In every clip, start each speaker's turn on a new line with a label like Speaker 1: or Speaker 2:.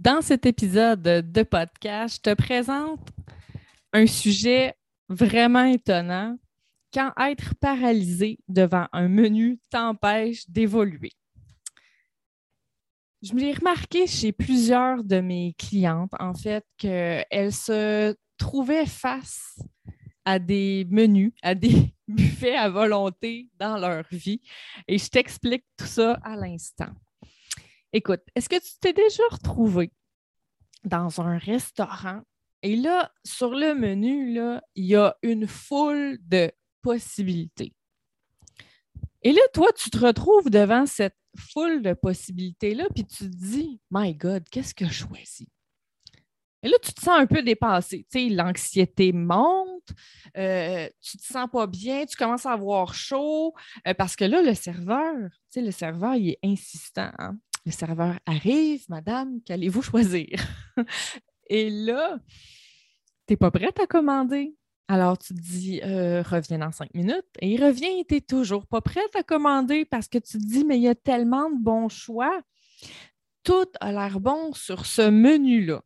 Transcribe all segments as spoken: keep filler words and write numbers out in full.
Speaker 1: Dans cet épisode de podcast, je te présente un sujet vraiment étonnant, quand être paralysé devant un menu t'empêche d'évoluer. Je me l'ai remarqué chez plusieurs de mes clientes, en fait, qu'elles se trouvaient face à des menus, à des buffets à volonté dans leur vie. Et je t'explique tout ça à l'instant. Écoute, est-ce que tu t'es déjà retrouvé dans un restaurant et là, sur le menu, là, il y a une foule de possibilités. Et là, toi, tu te retrouves devant cette foule de possibilités-là, puis tu te dis, My God, qu'est-ce que je choisis? Et là, tu te sens un peu dépassé. Tu sais, l'anxiété monte, euh, tu te sens pas bien, tu commences à avoir chaud, euh, parce que là, le serveur, tu sais, le serveur, il est insistant. Hein? Le serveur arrive, madame, qu'allez-vous choisir? Et là, tu n'es pas prête à commander. Alors, tu te dis, euh, reviens dans cinq minutes. Et il revient et tu n'es toujours pas prête à commander parce que tu te dis, mais il y a tellement de bons choix. Tout a l'air bon sur ce menu-là.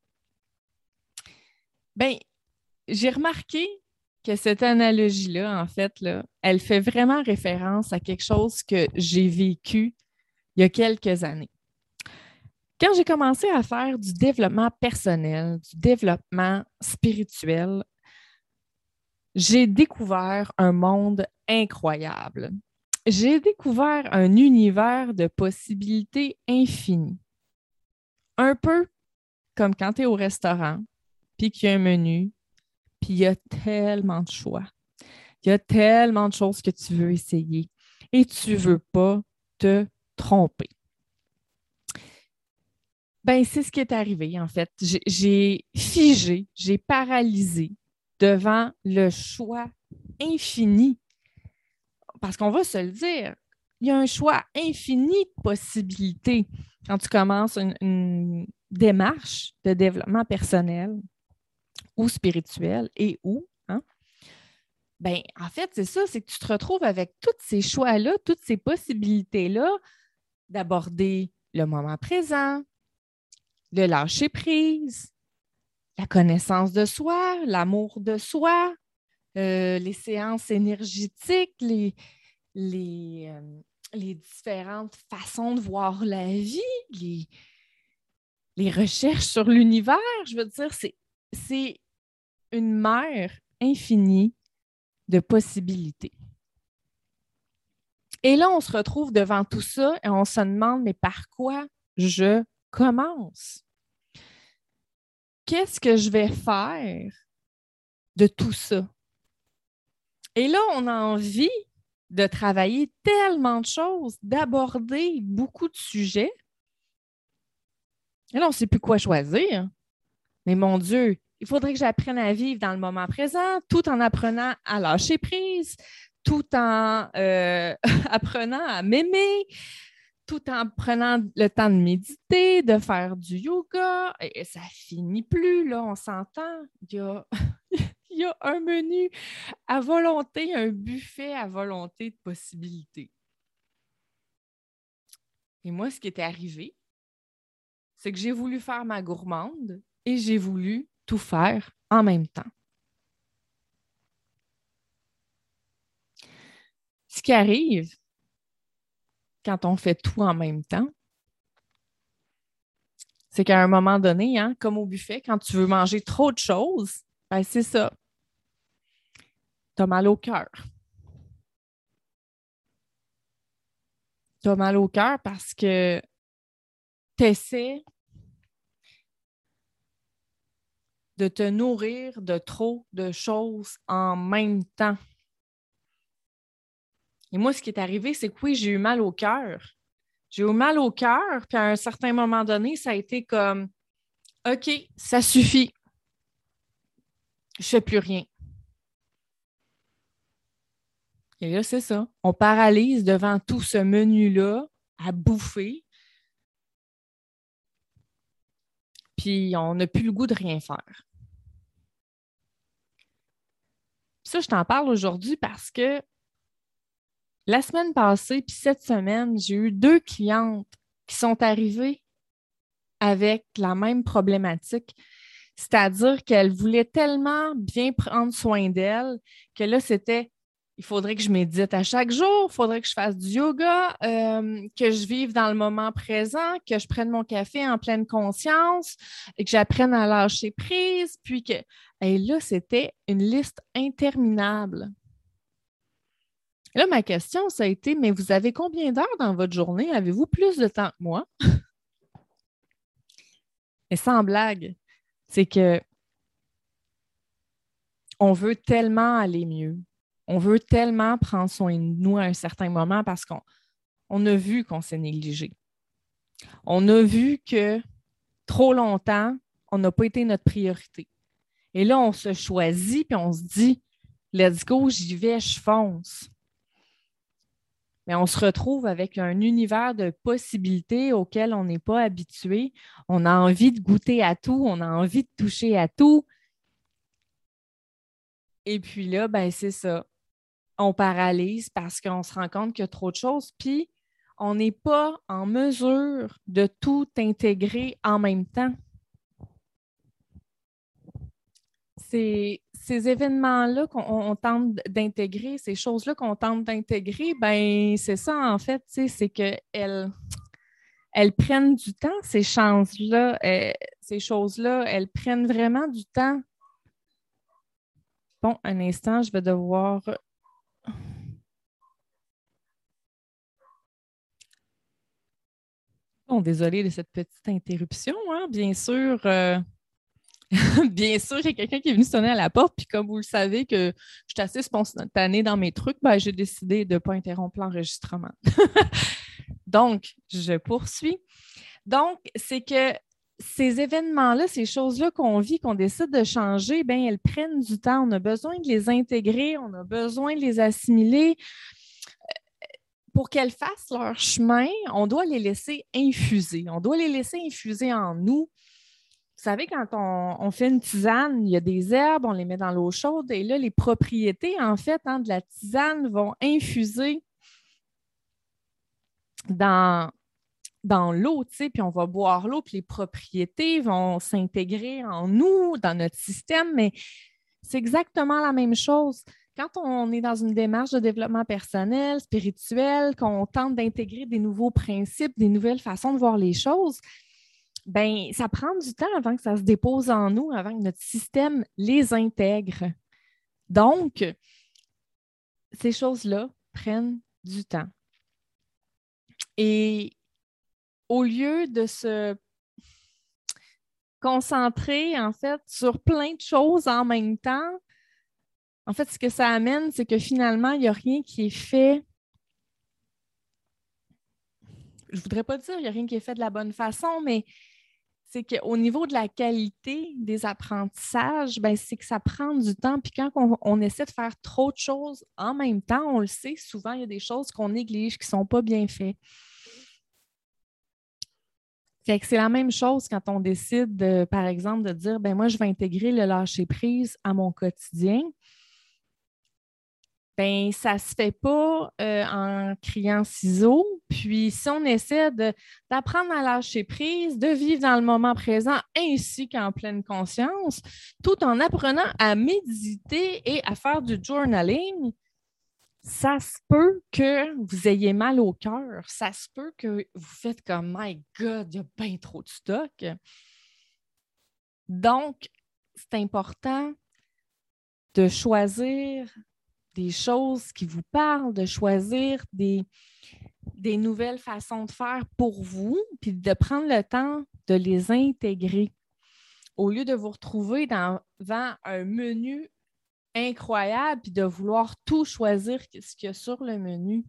Speaker 1: Bien, j'ai remarqué que cette analogie-là, en fait, là, elle fait vraiment référence à quelque chose que j'ai vécu il y a quelques années. Quand j'ai commencé à faire du développement personnel, du développement spirituel, j'ai découvert un monde incroyable. J'ai découvert un univers de possibilités infinies. Un peu comme quand tu es au restaurant, puis qu'il y a un menu, puis il y a tellement de choix. Il y a tellement de choses que tu veux essayer et tu ne veux pas te tromper. Ben, c'est ce qui est arrivé, en fait. J'ai, j'ai figé, j'ai paralysé devant le choix infini. Parce qu'on va se le dire, il y a un choix infini de possibilités quand tu commences une, une démarche de développement personnel ou spirituel et où, hein? Ben, en fait, c'est ça, c'est que tu te retrouves avec tous ces choix-là, toutes ces possibilités-là d'aborder le moment présent, le lâcher prise, la connaissance de soi, l'amour de soi, euh, les séances énergétiques, les, les, euh, les différentes façons de voir la vie, les, les recherches sur l'univers. Je veux dire, c'est, c'est une mer infinie de possibilités. Et là, on se retrouve devant tout ça et on se demande, mais par quoi je commence? Qu'est-ce que je vais faire de tout ça? Et là, on a envie de travailler tellement de choses, d'aborder beaucoup de sujets. Et là, on ne sait plus quoi choisir. Mais mon Dieu, il faudrait que j'apprenne à vivre dans le moment présent, tout en apprenant à lâcher prise, tout en euh, apprenant à m'aimer, tout en prenant le temps de méditer, de faire du yoga. Et ça finit plus, là, on s'entend. Il y a, il y a un menu à volonté, un buffet à volonté de possibilités. Et moi, ce qui était arrivé, c'est que j'ai voulu faire ma gourmande et j'ai voulu tout faire en même temps. Ce qui arrive quand on fait tout en même temps, c'est qu'à un moment donné, hein, comme au buffet, quand tu veux manger trop de choses, ben c'est ça. Tu as mal au cœur. Tu as mal au cœur parce que tu essaies de te nourrir de trop de choses en même temps. Et moi, ce qui est arrivé, c'est que oui, j'ai eu mal au cœur. J'ai eu mal au cœur, puis à un certain moment donné, ça a été comme OK, ça suffit. Je ne fais plus rien. Et là, c'est ça. On paralyse devant tout ce menu-là à bouffer. Puis on n'a plus le goût de rien faire. Ça, je t'en parle aujourd'hui parce que la semaine passée, puis cette semaine, j'ai eu deux clientes qui sont arrivées avec la même problématique. C'est-à-dire qu'elle voulait tellement bien prendre soin d'elle que là, c'était il faudrait que je médite à chaque jour, il faudrait que je fasse du yoga, euh, que je vive dans le moment présent, que je prenne mon café en pleine conscience, et que j'apprenne à lâcher prise, puis que... Et là, c'était une liste interminable. Là, ma question, ça a été, mais vous avez combien d'heures dans votre journée? Avez-vous plus de temps que moi? Et sans blague, c'est que on veut tellement aller mieux. On veut tellement prendre soin de nous à un certain moment parce qu'on on a vu qu'on s'est négligé. On a vu que trop longtemps, on n'a pas été notre priorité. Et là, on se choisit puis on se dit, let's go, j'y vais, je fonce. Mais on se retrouve avec un univers de possibilités auquel on n'est pas habitué. On a envie de goûter à tout, on a envie de toucher à tout. Et puis là, ben c'est ça. On paralyse parce qu'on se rend compte qu'il y a trop de choses, puis on n'est pas en mesure de tout intégrer en même temps. Ces, ces événements-là qu'on on tente d'intégrer, ces choses-là qu'on tente d'intégrer, ben c'est ça en fait, c'est qu'elles elles prennent du temps, ces chances-là, euh, ces choses-là, elles prennent vraiment du temps. Bon, un instant, je vais devoir... Bon, désolée de cette petite interruption, hein. Bien sûr, euh, bien sûr, il y a quelqu'un qui est venu sonner à la porte, puis comme vous le savez que je suis assez spontanée dans mes trucs, ben, j'ai décidé de ne pas interrompre l'enregistrement. Donc, je poursuis. Donc, c'est que ces événements-là, ces choses-là qu'on vit, qu'on décide de changer, bien, elles prennent du temps. On a besoin de les intégrer, on a besoin de les assimiler. Pour qu'elles fassent leur chemin, on doit les laisser infuser. On doit les laisser infuser en nous. Vous savez, quand on, on fait une tisane, il y a des herbes, on les met dans l'eau chaude et là, les propriétés, en fait, hein, de la tisane vont infuser dans, dans l'eau, tu sais, puis on va boire l'eau, puis les propriétés vont s'intégrer en nous, dans notre système, mais c'est exactement la même chose. Quand on est dans une démarche de développement personnel, spirituel, qu'on tente d'intégrer des nouveaux principes, des nouvelles façons de voir les choses, ben ça prend du temps avant que ça se dépose en nous, avant que notre système les intègre. Donc, ces choses-là prennent du temps. Et au lieu de se concentrer, en fait, sur plein de choses en même temps, en fait, ce que ça amène, c'est que finalement, il n'y a rien qui est fait. Je ne voudrais pas dire qu'il n'y a rien qui est fait de la bonne façon, mais c'est qu'au niveau de la qualité des apprentissages, ben, c'est que ça prend du temps. Puis quand on, on essaie de faire trop de choses en même temps, on le sait, souvent, il y a des choses qu'on néglige, qui ne sont pas bien faites. Fait que c'est la même chose quand on décide, de, par exemple, de dire, ben moi, je vais intégrer le lâcher-prise à mon quotidien. Ben ça ne se fait pas euh, en criant ciseaux. Puis, si on essaie de, d'apprendre à lâcher prise, de vivre dans le moment présent ainsi qu'en pleine conscience, tout en apprenant à méditer et à faire du journaling, ça se peut que vous ayez mal au cœur. Ça se peut que vous faites comme « My God, il y a bien trop de stock ». Donc, c'est important de choisir des choses qui vous parlent, de choisir des, des nouvelles façons de faire pour vous, puis de prendre le temps de les intégrer au lieu de vous retrouver dans, devant un menu incroyable puis de vouloir tout choisir ce qu'il y a sur le menu.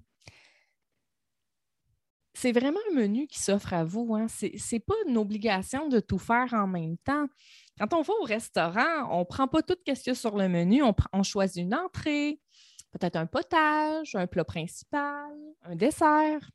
Speaker 1: C'est vraiment un menu qui s'offre à vous. Hein? Ce n'est pas une obligation de tout faire en même temps. Quand on va au restaurant, on ne prend pas tout ce qu'il y a sur le menu. On, on choisit une entrée, peut-être un potage, un plat principal, un dessert.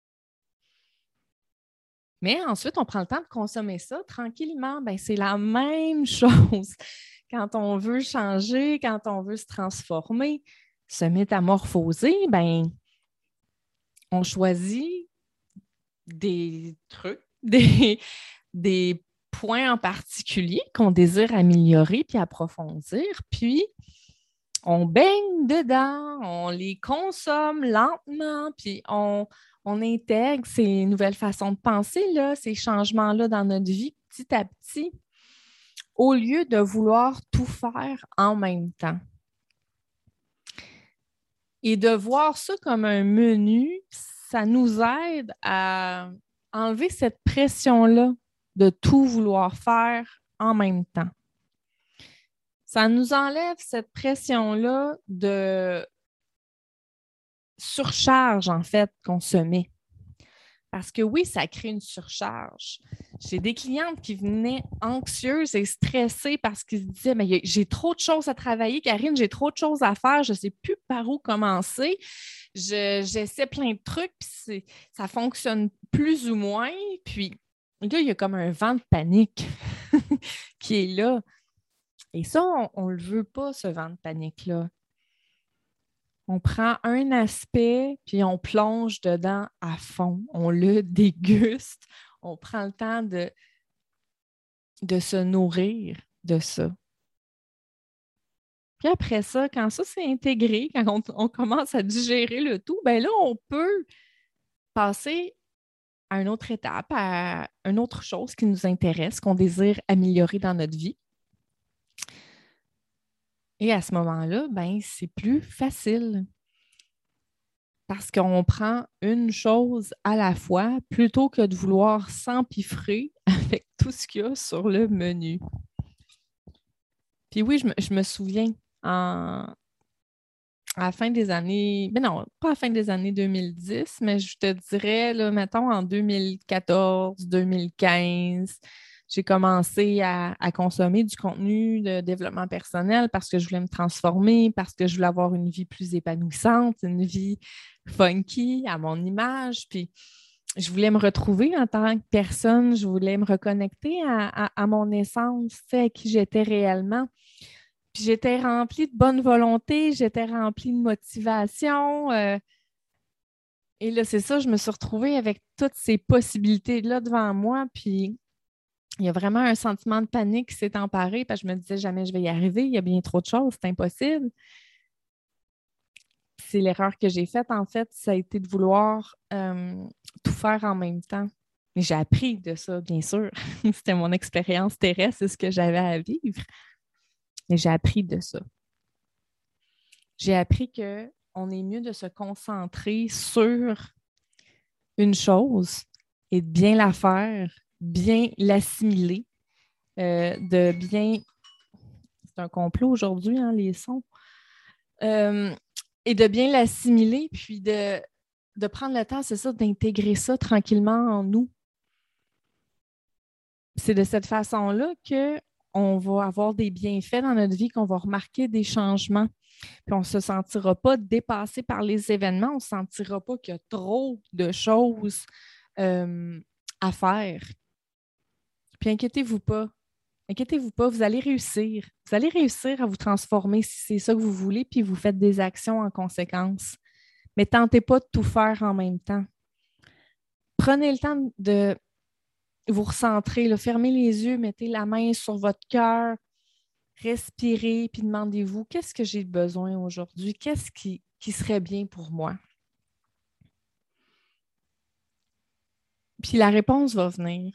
Speaker 1: Mais ensuite, on prend le temps de consommer ça tranquillement. Ben, c'est la même chose quand on veut changer, quand on veut se transformer, se métamorphoser. Ben, on choisit des trucs, des, des points en particulier qu'on désire améliorer puis approfondir, puis on baigne dedans, on les consomme lentement, puis on, on intègre ces nouvelles façons de penser, là, ces changements-là dans notre vie petit à petit, au lieu de vouloir tout faire en même temps. Et de voir ça comme un menu, ça nous aide à enlever cette pression-là de tout vouloir faire en même temps. Ça nous enlève cette pression-là de surcharge, en fait, qu'on se met. Parce que oui, ça crée une surcharge. J'ai des clientes qui venaient anxieuses et stressées parce qu'ils se disaient « Mais j'ai trop de choses à travailler, Karine, j'ai trop de choses à faire, je ne sais plus par où commencer. Je, j'essaie plein de trucs, puis ça fonctionne plus ou moins. » Puis là, il y a comme un vent de panique qui est là. Et ça, on ne le veut pas, ce vent de panique-là. On prend un aspect, puis on plonge dedans à fond. On le déguste. On prend le temps de, de se nourrir de ça. Puis après ça, quand ça s'est intégré, quand on, on commence à digérer le tout, bien là, on peut passer à une autre étape, à une autre chose qui nous intéresse, qu'on désire améliorer dans notre vie. Et à ce moment-là, ben, c'est plus facile. Parce qu'on prend une chose à la fois plutôt que de vouloir s'empiffrer avec tout ce qu'il y a sur le menu. Puis oui, je me, je me souviens, en, à la fin des années, mais non, pas à la fin des années deux mille dix, mais je te dirais, là, mettons, en deux mille quatorze, deux mille quinze, j'ai commencé à, à consommer du contenu de développement personnel parce que je voulais me transformer, parce que je voulais avoir une vie plus épanouissante, une vie funky à mon image. Puis je voulais me retrouver en tant que personne, je voulais me reconnecter à, à, à mon essence, tu sais, à qui j'étais réellement. Puis j'étais remplie de bonne volonté, j'étais remplie de motivation. Euh, et là, c'est ça, je me suis retrouvée avec toutes ces possibilités-là devant moi. Puis il y a vraiment un sentiment de panique qui s'est emparé parce que je me disais jamais je vais y arriver, il y a bien trop de choses, c'est impossible. C'est l'erreur que j'ai faite, en fait, ça a été de vouloir euh, tout faire en même temps. Mais j'ai appris de ça, bien sûr. C'était mon expérience terrestre, c'est ce que j'avais à vivre. Mais j'ai appris de ça. J'ai appris qu'on est mieux de se concentrer sur une chose et de bien la faire, bien l'assimiler, euh, de bien... C'est un complot aujourd'hui, hein, les sons. Euh, et de bien l'assimiler, puis de, de prendre le temps, c'est ça, d'intégrer ça tranquillement en nous. C'est de cette façon-là qu'on va avoir des bienfaits dans notre vie, qu'on va remarquer des changements. Puis on ne se sentira pas dépassé par les événements, on ne se sentira pas qu'il y a trop de choses euh, à faire. Puis inquiétez-vous pas. Inquiétez-vous pas, vous allez réussir. Vous allez réussir à vous transformer si c'est ça que vous voulez, puis vous faites des actions en conséquence. Mais tentez pas de tout faire en même temps. Prenez le temps de vous recentrer, là. Fermez les yeux, mettez la main sur votre cœur, respirez, puis demandez-vous qu'est-ce que j'ai besoin aujourd'hui? Qu'est-ce qui, qui serait bien pour moi? Puis la réponse va venir.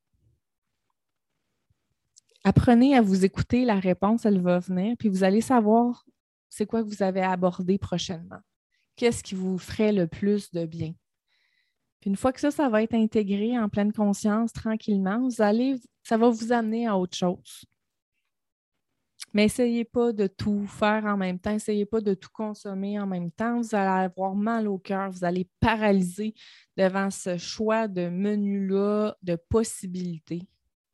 Speaker 1: Apprenez à vous écouter, la réponse, elle va venir, puis vous allez savoir c'est quoi que vous avez à aborder prochainement. Qu'est-ce qui vous ferait le plus de bien? Puis une fois que ça, ça va être intégré en pleine conscience, tranquillement, vous allez, ça va vous amener à autre chose. Mais n'essayez pas de tout faire en même temps, n'essayez pas de tout consommer en même temps. Vous allez avoir mal au cœur, vous allez paralyser devant ce choix de menu-là, de possibilités.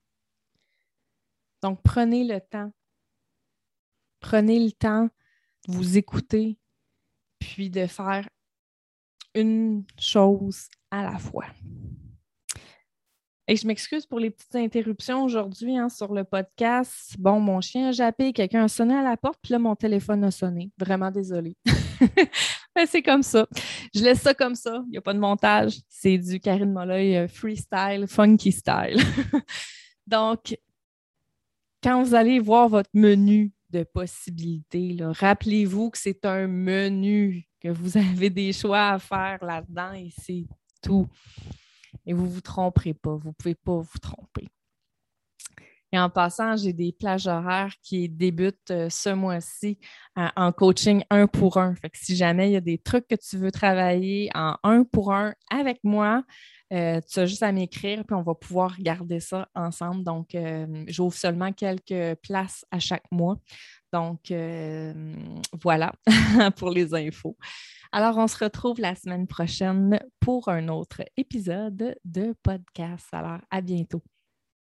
Speaker 1: Donc, prenez le temps. Prenez le temps de vous écouter, puis de faire une chose à la fois. Et je m'excuse pour les petites interruptions aujourd'hui hein, sur le podcast. Bon, mon chien a jappé, quelqu'un a sonné à la porte, puis là, mon téléphone a sonné. Vraiment désolée. Ben, c'est comme ça. Je laisse ça comme ça. Il n'y a pas de montage. C'est du Karine Molloy euh, freestyle, funky style. Donc, quand vous allez voir votre menu de possibilités, là, rappelez-vous que c'est un menu, que vous avez des choix à faire là-dedans et c'est tout. Et vous ne vous tromperez pas. Vous ne pouvez pas vous tromper. Et en passant, j'ai des plages horaires qui débutent euh, ce mois-ci euh, en coaching un pour un. Fait que si jamais il y a des trucs que tu veux travailler en un pour un avec moi, euh, tu as juste à m'écrire puis on va pouvoir regarder ça ensemble. Donc, euh, j'ouvre seulement quelques places à chaque mois. Donc, euh, voilà pour les infos. Alors, on se retrouve la semaine prochaine pour un autre épisode de podcast. Alors, à bientôt.